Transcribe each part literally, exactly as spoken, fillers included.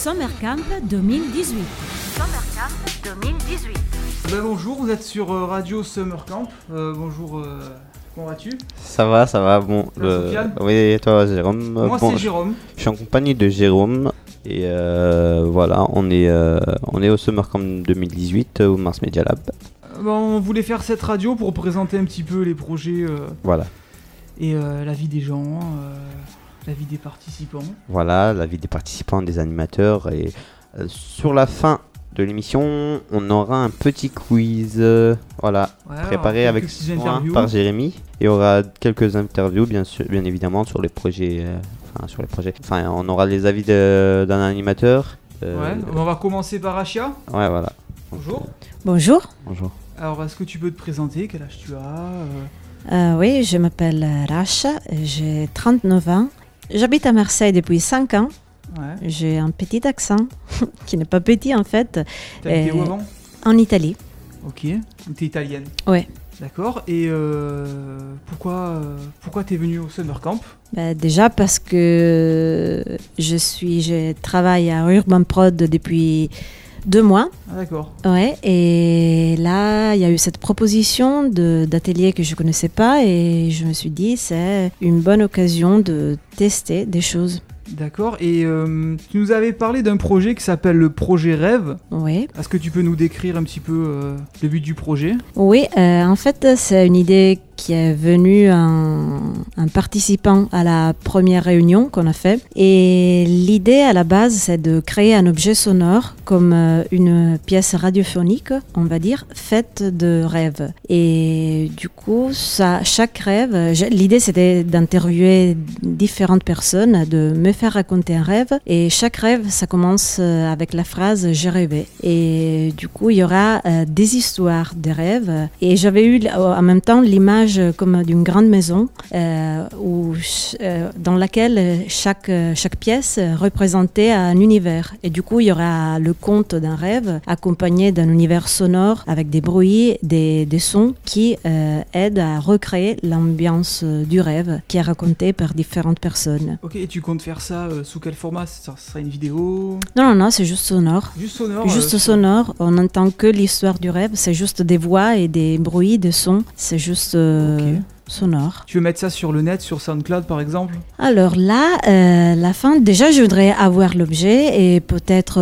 Summer Camp deux mille dix-huit. Summer Camp deux mille dix-huit. Ben bonjour, vous êtes sur euh, Radio Summer Camp. Euh, bonjour, euh, comment vas-tu? Ça va, ça va, bon. Ça va, le... Sofiane? Oui, et toi, Jérôme? Moi, bon, c'est Jérôme. Je suis en compagnie de Jérôme. Et euh, voilà, on est, euh, on est au Summer Camp deux mille dix-huit au Mars Media Lab. Euh, ben, on voulait faire cette radio pour présenter un petit peu les projets euh, Voilà. et euh, la vie des gens, euh, la vie des participants. Voilà, la vie des participants, des animateurs. Et euh, sur la fin de l'émission, on aura un petit quiz. euh, voilà, Ouais, préparé alors, avec quelques petites soin interviews. par Jérémy. Et il y aura quelques interviews, bien sûr, bien évidemment, sur les projets. euh, Enfin, sur les projets. Enfin, on aura les avis de- d'un animateur. euh, Ouais, on va commencer par Achia. Ouais, voilà. Bonjour. Bonjour. Bonjour. Alors, est-ce que tu peux te présenter? Quel âge tu as? euh, Euh, oui, je m'appelle Racha, j'ai trente-neuf ans. J'habite à Marseille depuis cinq ans. Ouais. J'ai un petit accent, qui n'est pas petit en fait, T'as habité Et- où avant? en Italie. Ok. Donc t'es italienne. Ouais. D'accord. Et euh, pourquoi, euh, pourquoi t'es venue au Summer Camp? Bah, déjà parce que je suis, je travaille à Urban Prod depuis deux mois. Ah, d'accord. Ouais, et là, il y a eu cette proposition de, d'atelier que je connaissais pas et je me suis dit, c'est une bonne occasion de tester des choses. D'accord. Et euh, tu nous avais parlé d'un projet qui s'appelle le projet Rêve. Oui. Est-ce que tu peux nous décrire un petit peu euh, le but du projet? Oui, euh, en fait, c'est une idée qui est venue un, un participant à la première réunion qu'on a fait. Et l'idée à la base, c'est de créer un objet sonore comme euh, une pièce radiophonique, on va dire, faite de rêves. Et du coup, ça, chaque rêve, j'ai- l'idée c'était d'interviewer différentes personnes, de me faire raconter un rêve. Et chaque rêve, ça commence euh, avec la phrase « j'ai rêvé ». Et du coup, il y aura euh, des histoires des rêves. Et j'avais eu euh, en même temps l'image comme d'une grande maison euh, où, ch- euh, dans laquelle chaque, euh, chaque pièce représentait un univers. Et du coup, il y aura le conte d'un rêve accompagné d'un univers sonore avec des bruits, des, des sons qui euh, aident à recréer l'ambiance euh, du rêve qui est raconté par différentes personnes. Ok, et tu comptes faire ça euh, sous quel format? Ça sera une vidéo? Non, non, non, c'est juste sonore. Juste sonore? Juste euh, sonore, on n'entend que l'histoire du rêve, c'est juste des voix et des bruits, des sons, c'est juste euh, Ok. sonore. Tu veux mettre ça sur le net, sur SoundCloud par exemple? Alors là, euh, la fin, déjà je voudrais avoir l'objet et peut-être,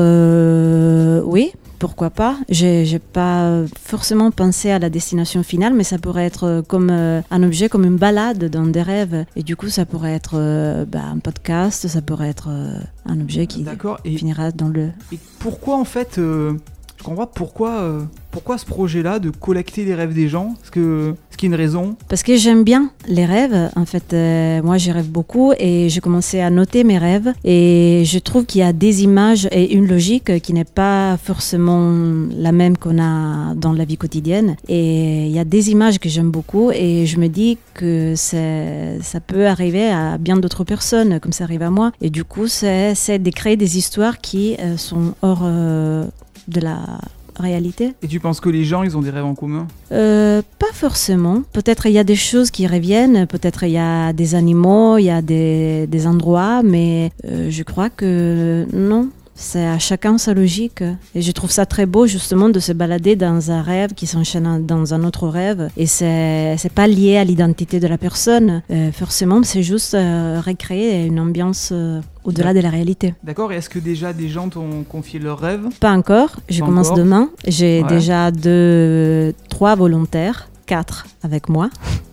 euh, oui, pourquoi pas. J'ai, j'ai pas forcément pensé à la destination finale, mais ça pourrait être comme euh, un objet, comme une balade dans des rêves. Et du coup, ça pourrait être euh, bah, un podcast, ça pourrait être euh, un objet qui D'accord. Et, finira dans le... et pourquoi en fait, euh, je comprends pas pourquoi, euh, pourquoi ce projet-là de collecter les rêves des gens? Est-ce que, est-ce qu'il y a une raison? Parce que j'aime bien les rêves. En fait, euh, moi, j'y rêve beaucoup et j'ai commencé à noter mes rêves. Et je trouve qu'il y a des images et une logique qui n'est pas forcément la même qu'on a dans la vie quotidienne. Et il y a des images que j'aime beaucoup et je me dis que c'est, ça peut arriver à bien d'autres personnes, comme ça arrive à moi. Et du coup, c'est, c'est de créer des histoires qui euh, sont hors euh, de la réalité. Et tu penses que les gens, ils ont des rêves en commun? Euh, pas forcément. Peut-être il y a des choses qui reviennent, peut-être il y a des animaux, il y a des, des endroits, mais euh, je crois que non. C'est à chacun sa logique. Et je trouve ça très beau justement de se balader dans un rêve qui s'enchaîne dans un autre rêve. Et c'est, c'est pas lié à l'identité de la personne. Euh, forcément, c'est juste euh, recréer une ambiance euh, au-delà de la réalité. D'accord. Et est-ce que déjà des gens t'ont confié leurs rêves? Pas encore. Je Pas commence encore. demain. J'ai Ouais. déjà deux, trois volontaires, quatre avec moi.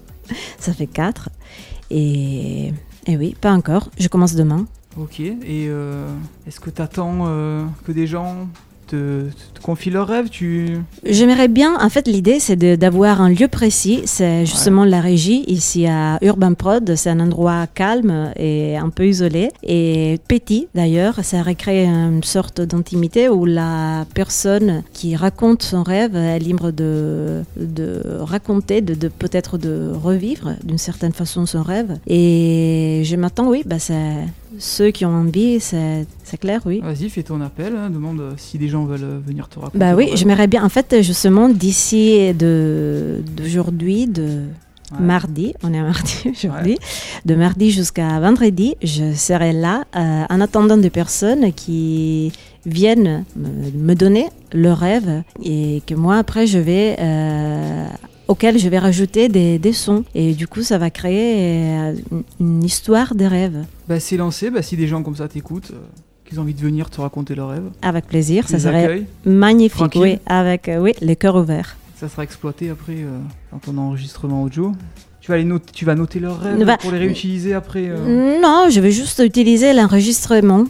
Ça fait quatre. Et, et oui, pas encore. Je commence demain. Ok. Et euh, est-ce que t'attends euh, que des gens te, te confient leurs rêves? Tu... J'aimerais bien, en fait, l'idée, c'est de- d'avoir un lieu précis. C'est justement la régie, ici à Urban Prod. C'est un endroit calme et un peu isolé. Et petit, d'ailleurs. Ça recrée une sorte d'intimité où la personne qui raconte son rêve est libre de, de raconter, de, de peut-être de revivre d'une certaine façon son rêve. Et je m'attends, oui, bah c'est ceux qui ont envie, c'est c'est clair, oui. Vas-y, fais ton appel. Hein, demande euh, si des gens veulent euh, venir te raconter. Bah leurs oui, rêves. j'aimerais bien, en fait, justement, d'ici de, d'aujourd'hui, de, Ouais. mardi, on est à mardi aujourd'hui, de mardi jusqu'à vendredi, je serai là euh, en attendant des personnes qui viennent me, me donner leurs rêves et que moi après je vais... Euh, auquel je vais rajouter des, des sons. Et du coup, ça va créer euh, une, une histoire des rêves. Bah, c'est lancé, bah, si des gens comme ça t'écoutent, euh, qu'ils ont envie de venir te raconter leurs rêves, Avec plaisir, tu ça les serait accueilles, magnifique. Tranquille. Oui, avec euh, oui, les cœurs ouverts. ça sera exploité après euh, dans ton enregistrement audio. Tu vas, les noter, tu vas noter leurs rêves Bah, pour les réutiliser après euh... Non, je vais juste utiliser l'enregistrement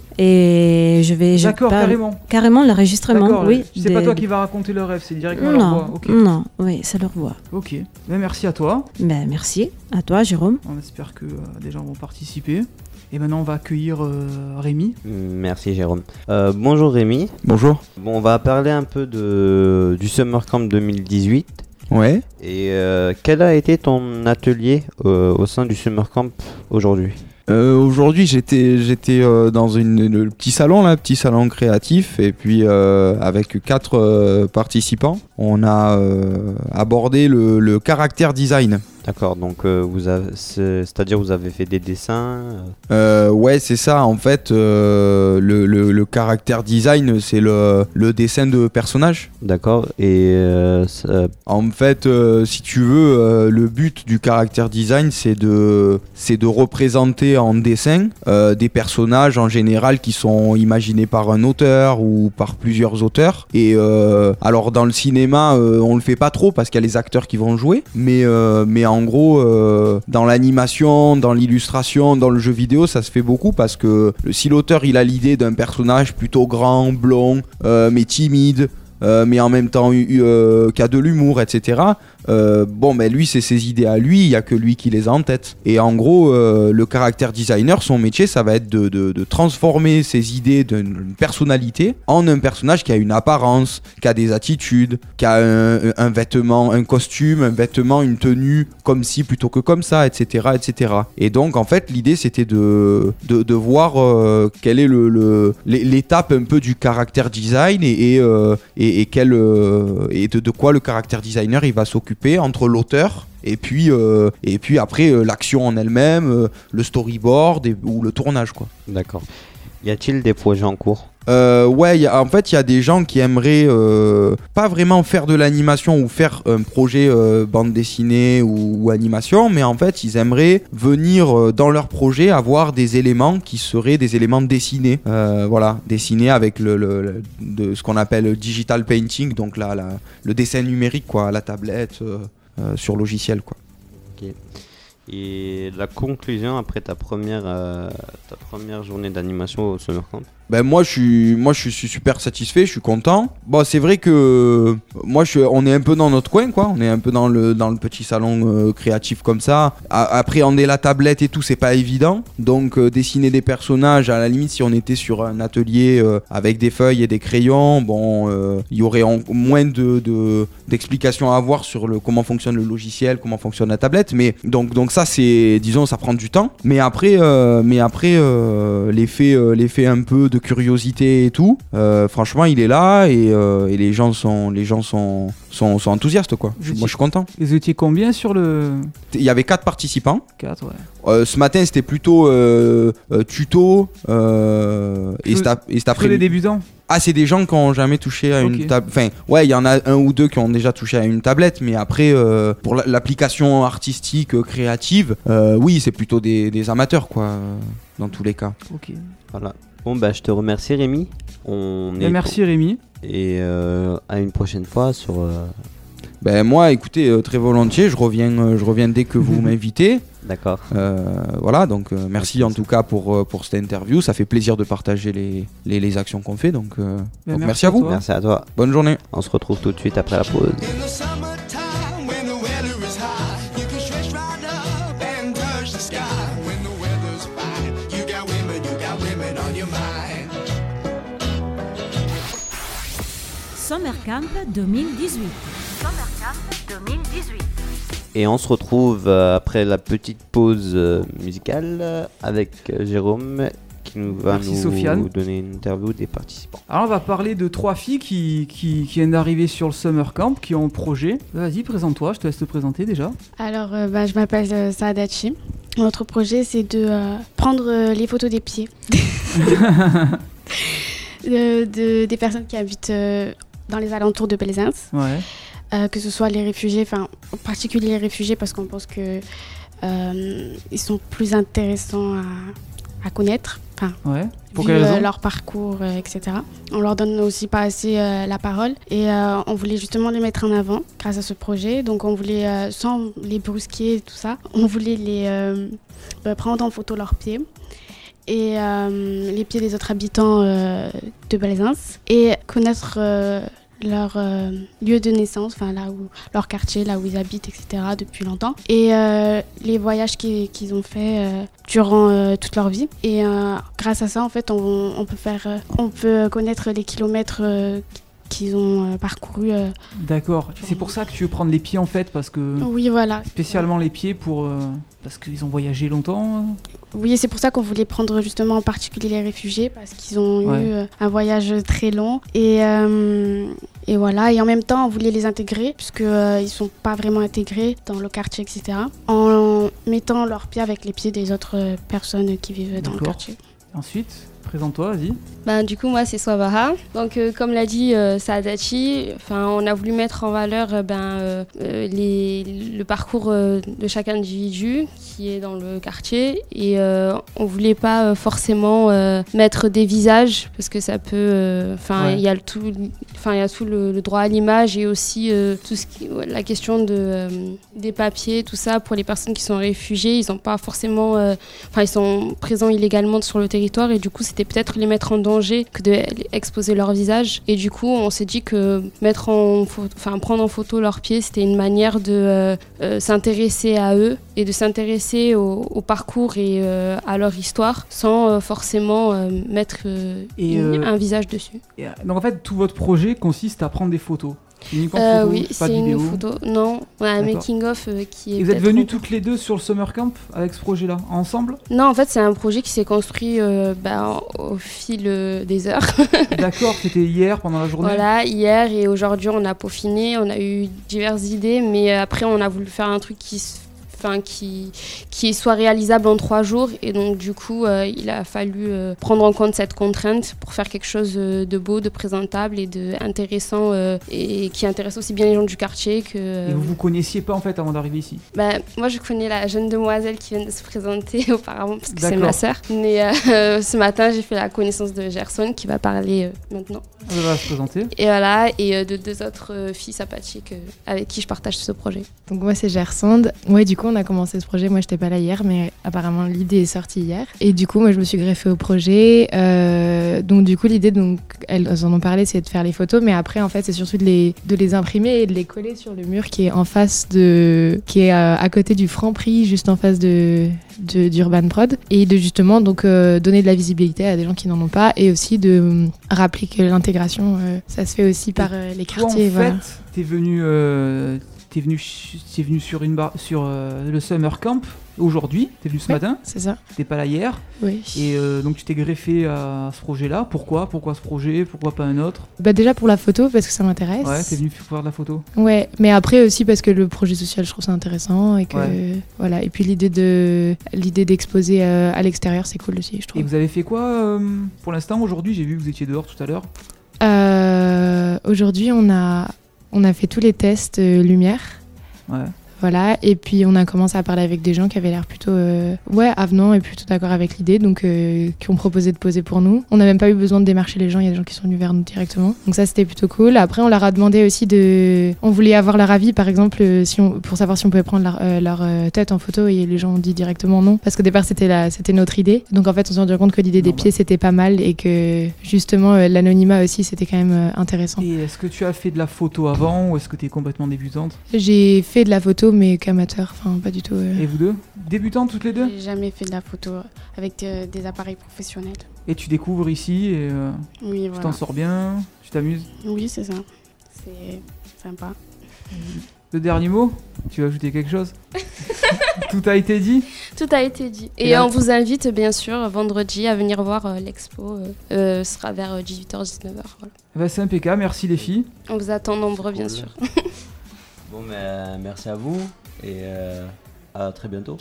et je vais... je D'accord, parle- carrément. Carrément l'enregistrement, D'accord, oui. c'est des- pas toi qui vas raconter leurs rêves, c'est directement leur voix. Non, Ok. non, oui, c'est leur voix. Ok. Ben, merci à toi. Ben, merci à toi, Jérôme. On espère que euh, des gens vont participer. Et maintenant, on va accueillir euh, Rémi. Merci Jérôme. Euh, bonjour Rémi. Bonjour. Bon, on va parler un peu de, du Summer Camp deux mille dix-huit. Ouais. Et euh, quel a été ton atelier euh, au sein du Summer Camp aujourd'hui? Euh, aujourd'hui, j'étais j'étais euh, dans une, le petit salon là, petit salon créatif, et puis euh, avec quatre euh, participants, on a euh, abordé le, le caractère design. D'accord, donc euh, vous avez, c'est- c'est-à-dire vous avez fait des dessins. euh, Euh, ouais, c'est ça. En fait, euh, le, le, le caractère design, c'est le, le dessin de personnages. D'accord, et euh, ça- En fait, euh, si tu veux, euh, le but du caractère design, c'est de, c'est de représenter en dessin euh, des personnages en général qui sont imaginés par un auteur ou par plusieurs auteurs. Et euh, alors dans le cinéma, euh, on le fait pas trop parce qu'il y a les acteurs qui vont jouer, mais euh, mais en gros, euh, dans l'animation, dans l'illustration, dans le jeu vidéo, ça se fait beaucoup parce que si l'auteur il a l'idée d'un personnage plutôt grand, blond, euh, mais timide. Euh, mais en même temps euh, qui a de l'humour, et cetera. Euh, bon, mais lui, c'est ses idées à lui, il n'y a que lui qui les a en tête. Et en gros, euh, le caractère designer, son métier, ça va être de, de, de transformer ses idées d'une personnalité en un personnage qui a une apparence, qui a des attitudes, qui a un, un vêtement, un costume, un vêtement, une tenue, comme ci plutôt que comme ça, et cetera, et cetera. Et donc, en fait, l'idée, c'était de, de, de voir euh, quelle est le, le, l'étape un peu du caractère design et, et, euh, et, et, quel, euh, et de, de quoi le caractère designer il va s'occuper entre l'auteur et puis, euh, et puis après euh, l'action en elle-même, euh, le storyboard et, ou le tournage quoi. D'accord. Y a-t-il des projets en cours? Euh, ouais, y a, en fait, il y a des gens qui aimeraient euh, pas vraiment faire de l'animation ou faire un projet euh, bande dessinée ou, ou animation, mais en fait, ils aimeraient venir euh, dans leur projet avoir des éléments qui seraient des éléments dessinés. Euh, voilà, dessinés avec le, le, le- de ce qu'on appelle le digital painting, donc la, la, le dessin numérique, quoi, à la tablette, euh, euh, sur logiciel, quoi. Et la conclusion après ta première, euh, ta première journée d'animation au Summer Camp? Ben moi je suis moi je suis super satisfait, je suis content. Bon, c'est vrai que moi je on est un peu dans notre coin quoi, on est un peu dans le dans le petit salon euh, créatif comme ça. A- appréhender la tablette et tout, c'est pas évident. Donc euh, dessiner des personnages, à la limite si on était sur un atelier euh, avec des feuilles et des crayons, bon euh, il y aurait en- moins de, de d'explications à avoir sur le comment fonctionne le logiciel, comment fonctionne la tablette, mais donc donc ça c'est disons ça prend du temps. Mais après euh, mais après euh, l'effet euh, l'effet un peu de curiosité et tout, euh, franchement il est là et, euh, et les gens sont les gens sont sont, sont enthousiastes quoi. Je- Vous moi je suis content. Vous étiez combien sur le Il y avait quatre participants. quatre, ouais. Euh, ce matin c'était plutôt euh, euh, tuto euh, et, Que- cet ap- et cet Que les après-midi. débutants. Ah, c'est des gens qui ont jamais touché à Ok. une tablette. Enfin, ouais, il y en a un ou deux qui ont déjà touché à une tablette, mais après, euh, pour la- l'application artistique euh, créative, euh, oui, c'est plutôt des, des amateurs, quoi, euh, dans tous les cas. Ok. Voilà. Bon bah je te remercie Rémi. On Et est merci Rémi. et euh, à une prochaine fois sur. euh, Ben moi, écoutez, euh, très volontiers, je reviens, euh, je reviens dès que vous m'invitez. D'accord. Euh, voilà, donc euh, merci en tout cas pour, euh, pour cette interview. Ça fait plaisir de partager les, les, les actions qu'on fait, donc, euh, Ben, donc merci merci à à vous. toi. Merci à toi. Bonne journée. On se retrouve tout de suite après la pause. In the summertime, when the weather is high, you can stretch right up and touch the sky. When the weather's fine, you got women, you got women on your mind. Summer Camp deux mille dix-huit. Summer Camp deux mille dix-huit. Et on se retrouve euh, après la petite pause euh, musicale euh, avec euh, Jérôme qui qui nous va Merci, nous Sofiane. donner une interview des participants. Alors on va parler de trois filles qui, qui, qui viennent d'arriver sur le Summer Camp, qui ont un projet. Vas-y, présente-toi, je te laisse te présenter déjà. Alors, euh, bah, je m'appelle euh, Saadachi. Notre projet, c'est de euh, prendre euh, les photos des pieds de, de- des personnes qui habitent euh, dans les alentours de Belzins, Ouais. euh, que ce soit les réfugiés, enfin, en particulier les réfugiés, parce qu'on pense que euh, ils sont plus intéressants à, à connaître. Enfin, Ouais. Pour vu quelle euh, raison? leur parcours, euh, et cetera. On leur donne aussi pas assez euh, la parole et euh, on voulait justement les mettre en avant grâce à ce projet. Donc on voulait, euh, sans les brusquer et tout ça, on voulait les euh, euh, prendre en photo leurs pieds et euh, les pieds des autres habitants euh, de Belzins et connaître euh, leur euh, lieu de naissance, enfin là où leur quartier, là où ils habitent, et cetera depuis longtemps. Et euh, les voyages qu'ils qu'ils ont fait euh, durant euh, toute leur vie. Et euh, grâce à ça, en fait, on, on peut faire, euh, on peut connaître les kilomètres euh, qu'ils ont euh, parcourus. euh. D'accord. C'est pour ça que tu veux prendre les pieds en fait, parce que Oui, voilà. spécialement les pieds pour euh, parce qu'ils ont voyagé longtemps. Oui, et c'est pour ça qu'on voulait prendre justement en particulier les réfugiés parce qu'ils ont Ouais. eu euh, un voyage très long et euh, et voilà. Et en même temps, on voulait les intégrer puisque euh, ils sont pas vraiment intégrés dans le quartier, et cetera. En mettant leurs pieds avec les pieds des autres euh, personnes qui vivent dans le D'accord. quartier. Ensuite, présente-toi, vas-y. Ben, du coup, moi, c'est Swabaha. Donc, euh, comme l'a dit euh, Saadachi, on a voulu mettre en valeur euh, ben, euh, euh, les, le parcours euh, de chaque individu qui est dans le quartier. Et euh, on ne voulait pas euh, forcément euh, mettre des visages parce que ça peut... Enfin, Ouais. il y a le tout, enfin, il y a tout le, le droit à l'image et aussi euh, tout ce qui, ouais, la question de, euh, des papiers, tout ça. Pour les personnes qui sont réfugiées, ils n'ont pas forcément... euh, Enfin, ils sont présents illégalement sur le territoire et du coup, c'était peut-être les mettre en danger que d'exposer leur visage. Et du coup, on s'est dit que mettre en photo, enfin, prendre en photo leurs pieds, c'était une manière de euh, euh, s'intéresser à eux et de s'intéresser au, au parcours et euh, à leur histoire sans euh, forcément euh, mettre euh, Et, une- euh, un visage dessus. Et, euh, donc en fait, tout votre projet consiste à prendre des photos. Uniquement Euh, photos, oui, pas de c'est une vidéo. photo. Non, on a un D'accord. making-of euh, qui est. Et vous êtes peut-être venues en- toutes les deux sur le Summer Camp avec ce projet-là, ensemble? Non, en fait, c'est un projet qui s'est construit euh, ben, au fil euh, des heures. D'accord, c'était hier pendant la journée. Voilà, hier et aujourd'hui, on a peaufiné, on a eu diverses idées, mais euh, après, on a voulu faire un truc qui, se- enfin, qui, qui soit réalisable en trois jours. Et donc, du coup, euh, il a fallu euh, prendre en compte cette contrainte pour faire quelque chose euh, de beau, de présentable et de intéressant euh, et qui intéresse aussi bien les gens du quartier que. Et vous vous connaissiez pas en fait avant d'arriver ici? Bah, moi, je connais la jeune demoiselle qui vient de se présenter auparavant parce que c'est D'accord. ma sœur. Mais euh, ce matin, j'ai fait la connaissance de Gerson qui va parler euh, maintenant. Elle va se présenter. Et voilà, et euh, de deux autres euh, filles sympathiques euh, avec qui je partage ce projet. Donc moi c'est Gersonde. Ouais, du coup on a commencé ce projet. Moi j'étais pas là hier, mais apparemment l'idée est sortie hier. Et du coup moi je me suis greffée au projet. Euh, donc du coup l'idée, donc elles en ont parlé, c'est de faire les photos, mais après en fait c'est surtout de les de les imprimer et de les coller sur le mur qui est en face de, qui est euh, à côté du Franprix, juste en face de de- d'Urban Prod, et de justement donc euh, donner de la visibilité à des gens qui n'en ont pas, et aussi de euh, rappeler que l'intégration euh, ça se fait aussi par euh, les Toi, en quartiers. fait, Voilà. t'es venu, euh, t'es venu, ch- t'es venu sur une bar, sur euh, le Summer Camp aujourd'hui. T'es venu ce Ouais. matin. C'est ça. T'es pas là hier. Oui. Et euh, donc tu t'es greffé à ce projet-là. Pourquoi? Pourquoi ce projet? Pourquoi pas un autre? Bah déjà pour la photo parce que ça m'intéresse. Ouais, t'es venu faire de la photo. Ouais, mais après aussi parce que le projet social, je trouve ça intéressant et que Ouais. voilà. Et puis l'idée de l'idée d'exposer euh, à l'extérieur, c'est cool aussi, je Et trouve. vous avez fait quoi euh, pour l'instant aujourd'hui? J'ai vu que vous étiez dehors tout à l'heure. Euh, Aujourd'hui, on a on a fait tous les tests euh, lumière. Ouais. Voilà, et puis on a commencé à parler avec des gens qui avaient l'air plutôt euh, ouais, avenants et plutôt d'accord avec l'idée, donc euh, qui ont proposé de poser pour nous. On n'a même pas eu besoin de démarcher les gens, il y a des gens qui sont venus vers nous directement. Donc ça c'était plutôt cool. Après on leur a demandé aussi de... On voulait avoir leur avis, par exemple, euh, si on... pour savoir si on pouvait prendre leur, euh, leur euh, tête en photo, et les gens ont dit directement non. Parce qu'au départ c'était, la... c'était notre idée. Donc en fait on s'est rendu compte que l'idée des Non, bah. pieds c'était pas mal et que justement euh, l'anonymat aussi c'était quand même euh, intéressant. Et est-ce que tu as fait de la photo avant ou est-ce que tu es complètement débutante? J'ai fait de la photo mais qu'amateur, enfin pas du tout... euh, Et vous deux? Débutantes toutes les deux? J'ai jamais fait de la photo avec de- des appareils professionnels. Et tu découvres ici et euh, Oui, tu voilà. t'en sors bien? Tu t'amuses? Oui, c'est ça. C'est sympa. Le dernier mot? Tu veux ajouter quelque chose? Tout a été dit. Tout a été dit. Et, Et on là- vous invite bien sûr vendredi à venir voir euh, l'expo. Euh, euh, ce sera vers dix-huit heures dix-neuf heures. Voilà. Bah, c'est impeccable, merci les filles. On vous attend nombreux bien Cool. sûr. Bon, mais merci à vous et euh, à très bientôt.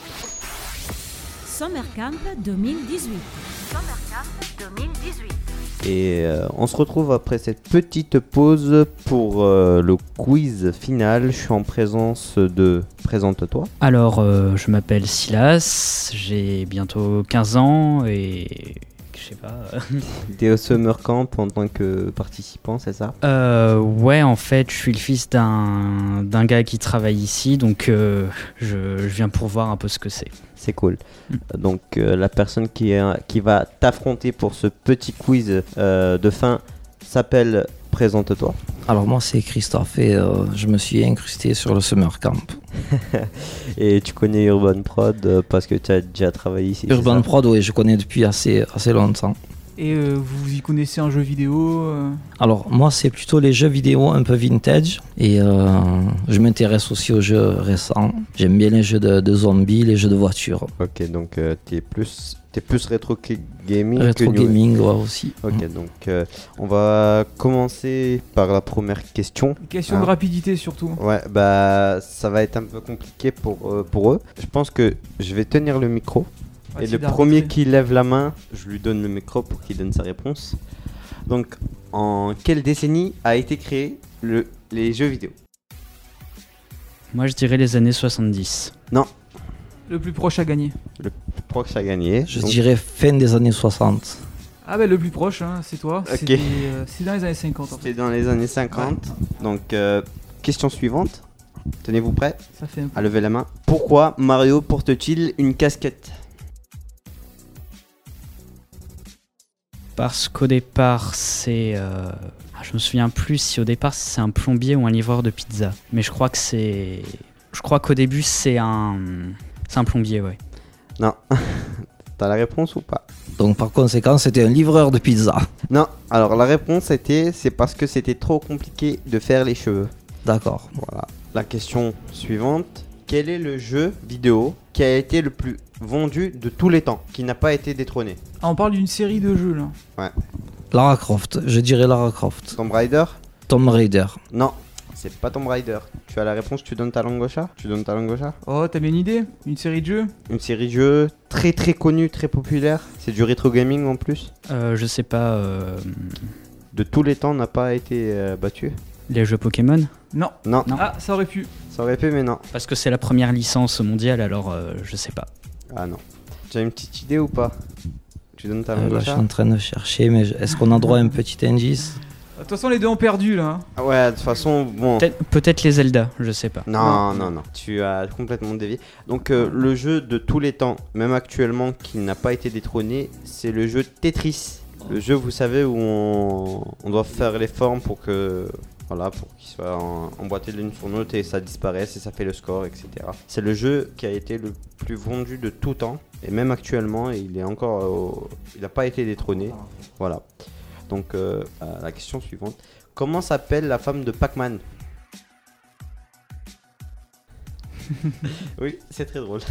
Summer Camp deux mille dix-huit. Summer Camp deux mille dix-huit. Et euh, on se retrouve après cette petite pause pour euh, le quiz final. Je suis en présence de... Présente-toi. Alors, euh, je m'appelle Silas, j'ai bientôt quinze ans et je sais pas. T'es au Summer Camp en tant que participant, c'est ça? Euh, ouais, en fait, je suis le fils d'un d'un gars qui travaille ici, donc euh, je, je viens pour voir un peu ce que c'est. C'est cool. Donc euh, la personne qui, est- qui va t'affronter pour ce petit quiz euh, de fin s'appelle Présente-toi. Alors moi c'est Christophe et euh, je me suis incrusté sur le Summer Camp. Et tu connais Urban Prod euh, parce que tu as déjà travaillé ici. c'est Urban ça Prod, oui, je connais depuis assez, assez longtemps. Et euh, vous y connaissez un jeu vidéo euh, Alors moi c'est plutôt les jeux vidéo un peu vintage et euh, je m'intéresse aussi aux jeux récents. J'aime bien les jeux de, de zombies, les jeux de voitures. Ok, donc euh, t'es plus, t'es plus rétro ga- gaming Rétro que new- gaming, ouais, aussi. Ok, Mm. donc euh, on va commencer par la première question. Question Hein. de rapidité surtout. Ouais, bah ça va être un peu compliqué pour, euh, pour eux. Je pense que je vais tenir le micro. Et Facile le d'arbitre. premier qui lève la main, je lui donne le micro pour qu'il donne sa réponse. Donc, en quelle décennie a été créé le, les jeux vidéo? Moi, je dirais les années soixante-dix. Non, Le plus proche à gagner. le plus proche a gagné. Je Donc, dirais fin des années soixante. Ah bah le plus proche, hein, c'est toi. Ok. C'était, euh, C'est dans les années cinquante en fait. c'était dans les années cinquante. Donc, euh, question suivante. Tenez-vous prêts Ça fait un peu. à lever la main. Pourquoi Mario porte-t-il une casquette? Parce qu'au départ, c'est... euh, ah, je me souviens plus si au départ c'est un plombier ou un livreur de pizza. Mais je crois que c'est... Je crois qu'au début c'est un... C'est un plombier, ouais. Non. T'as la réponse ou pas? Donc par conséquent c'était un livreur de pizza. Non. Alors, la réponse était c'est parce que c'était trop compliqué de faire les cheveux. D'accord. Voilà. La question suivante. Quel est le jeu vidéo qui a été le plus vendu de tous les temps, qui n'a pas été détrôné? Ah, on parle d'une série de jeux là. Ouais. Lara Croft, je dirais Lara Croft. Tomb Raider? Tomb Raider. Non, c'est pas Tomb Raider. Tu as la réponse, tu donnes ta langue au chat? Tu donnes ta langue au chat? Oh, t'as bien une idée? Une série de jeux? Une série de jeux très très connue, très populaire. C'est du rétro gaming en plus. Euh, je sais pas... euh, De tous les temps, n'a pas été euh, battu. Les jeux Pokémon? Non. Non. Non. Ah, ça aurait pu. Ça aurait pu, mais non. Parce que c'est la première licence mondiale, alors euh, je sais pas. Ah non. Tu as une petite idée ou pas? Tu donnes ta Euh, langue là au je suis chat? en train de chercher mais je- est-ce qu'on a droit à un petit indice? De toute façon, les deux ont perdu là. hein. Ah ouais, de toute façon, bon. Peut-être peut-être les Zelda, je sais pas. Non, non, non, tu as complètement dévié. Donc, euh, le jeu de tous les temps, même actuellement, qui n'a pas été détrôné, c'est le jeu Tetris. Le jeu, vous savez, où on, on doit faire les formes pour que. Voilà, pour qu'il soit en- emboîté de l'une sur l'autre et ça disparaisse et ça fait le score, et cetera. C'est le jeu qui a été le plus vendu de tout temps. Et même actuellement, il est encore. au- il n'a pas été détrôné. Voilà. Donc, euh, euh, la question suivante. Comment s'appelle la femme de Pac-Man? Oui, c'est très drôle.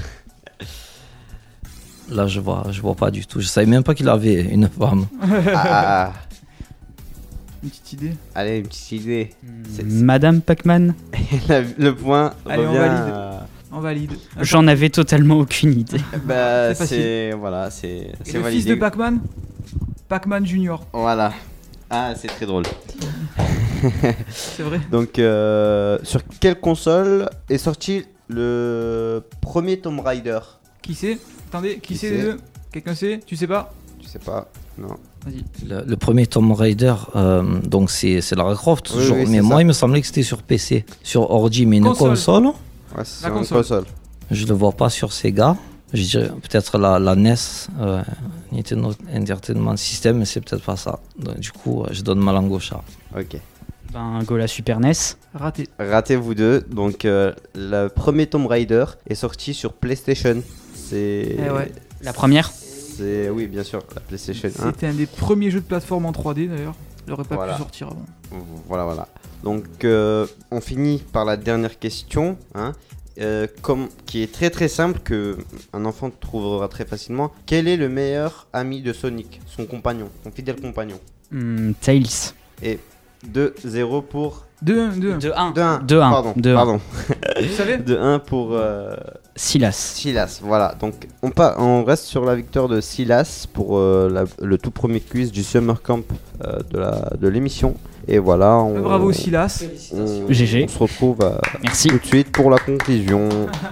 Là je vois, je vois pas du tout. Je savais même pas qu'il avait une femme. Ah, Une petite idée. allez, une petite idée. C'est- Madame Pac-Man? La- le point Allez, on revient valide. à- On valide. J'en avais totalement aucune idée. Bah, C'est facile. c'est voilà, c'est Et c'est le validé. fils de Pac-Man? Pac-Man Junior. Voilà. Ah, c'est très drôle. C'est vrai. Donc, euh, sur quelle console est sorti le premier Tomb Raider? Qui c'est? Attendez, qui, Qui c'est c'est les deux? Quelqu'un sait? Tu sais pas? Je sais pas. Non. Vas-y. Le, le premier Tomb Raider, euh, donc c'est c'est Lara Croft, Oui, toujours. oui, mais c'est moi ça. il me semblait que c'était sur P C. Sur ordi, mais une Console. console, Ouais, c'est La sur une console. console. je le vois pas sur Sega. Je dirais peut-être la, la N E S, euh, Nintendo Entertainment System, mais c'est peut-être pas ça. Donc, du coup, euh, je donne ma langue au chat. Ok. Ben, go la Super N E S. Raté. Ratez vous deux. Donc, euh, le premier Tomb Raider est sorti sur PlayStation. C'est. Eh ouais. La première? C'est oui, bien sûr, la PlayStation un. C'était un des premiers jeux de plateforme en trois D d'ailleurs. Il aurait pas Voilà. pu sortir avant. Voilà, voilà. Donc, euh, on finit par la dernière question. Hein. euh, comme, qui est très très simple, que un enfant trouvera très facilement. Quel est le meilleur ami de Sonic, son compagnon, son fidèle compagnon? Hmm, Tails. Et deux zéro pour... deux un, deux un. deux un. deux un. deux un. Pardon, deux un. pardon. Vous savez deux un pour... Euh... Silas. Silas, voilà. Donc on, pa- on reste sur la victoire de Silas pour euh, la- le tout premier quiz du Summer Camp euh, de, la, de l'émission. Et voilà. On, Bravo Silas. on, G G. on se retrouve euh, Merci. tout de suite pour la conclusion.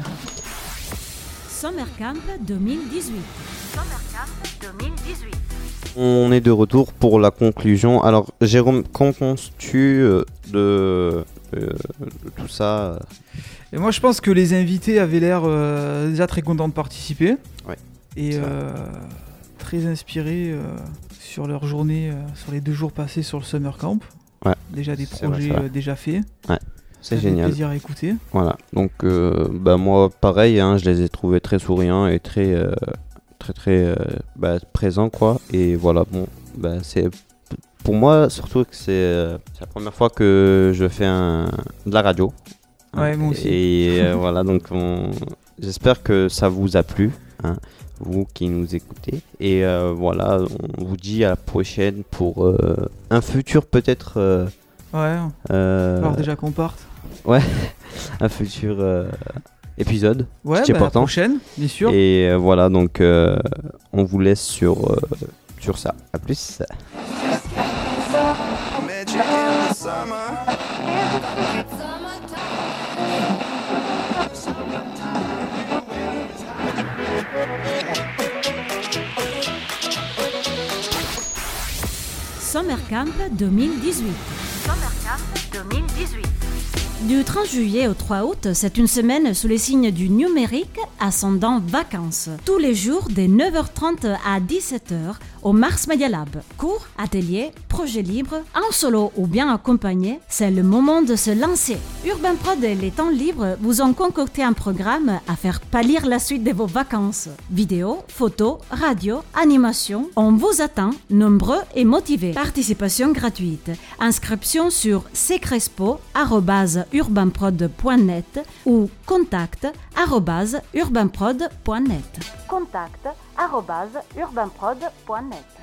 Summer Camp deux mille dix-huit. Summer Camp deux mille dix-huit. On est de retour pour la conclusion. Alors Jérôme, qu'en penses-tu euh, de, de, de tout ça? Et moi je pense que les invités avaient l'air euh, déjà très contents de participer. Ouais. Et C'est vrai. euh, très inspirés euh, sur leur journée, euh, sur les deux jours passés sur le Summer Camp. Ouais. Déjà des C'est vrai, projets c'est vrai. euh, déjà faits. Ouais. C'est Ça fait génial. plaisir à écouter. Voilà. Donc euh, bah moi pareil, hein, je les ai trouvés très souriants et très euh, très très euh, bah, présents quoi. Et voilà, bon, bah c'est pour moi surtout que c'est, euh, c'est la première fois que je fais un, de la radio. Ouais, moi aussi. Et euh, voilà, donc on- j'espère que ça vous a plu, hein, vous qui nous écoutez. Et euh, voilà, on vous dit à la prochaine pour euh, un futur peut-être. euh, Ouais. euh, Alors déjà qu'on parte. Ouais, un futur euh, épisode. Ouais, C'était bah, la important. prochaine, bien sûr. Et euh, voilà, donc euh, on vous laisse sur, euh, sur ça. À plus. Met you in the summer. Summer Camp deux mille dix-huit. Summer Camp deux mille dix-huit. Du trente juillet au trois août, c'est une semaine sous les signes du numérique ascendant vacances. Tous les jours, dès neuf heures trente à dix-sept heures, au Mars Media Lab. Cours, ateliers, projets libres, en solo ou bien accompagné, c'est le moment de se lancer. Urban Prod et les temps libres vous ont concocté un programme à faire pâlir la suite de vos vacances. Vidéos, photos, radio, animation, on vous attend, nombreux et motivés. Participation gratuite. Inscription sur secrespo arobase urbanprod point net ou contact arobase urbanprod point net. Contact arobase urbanprod point net.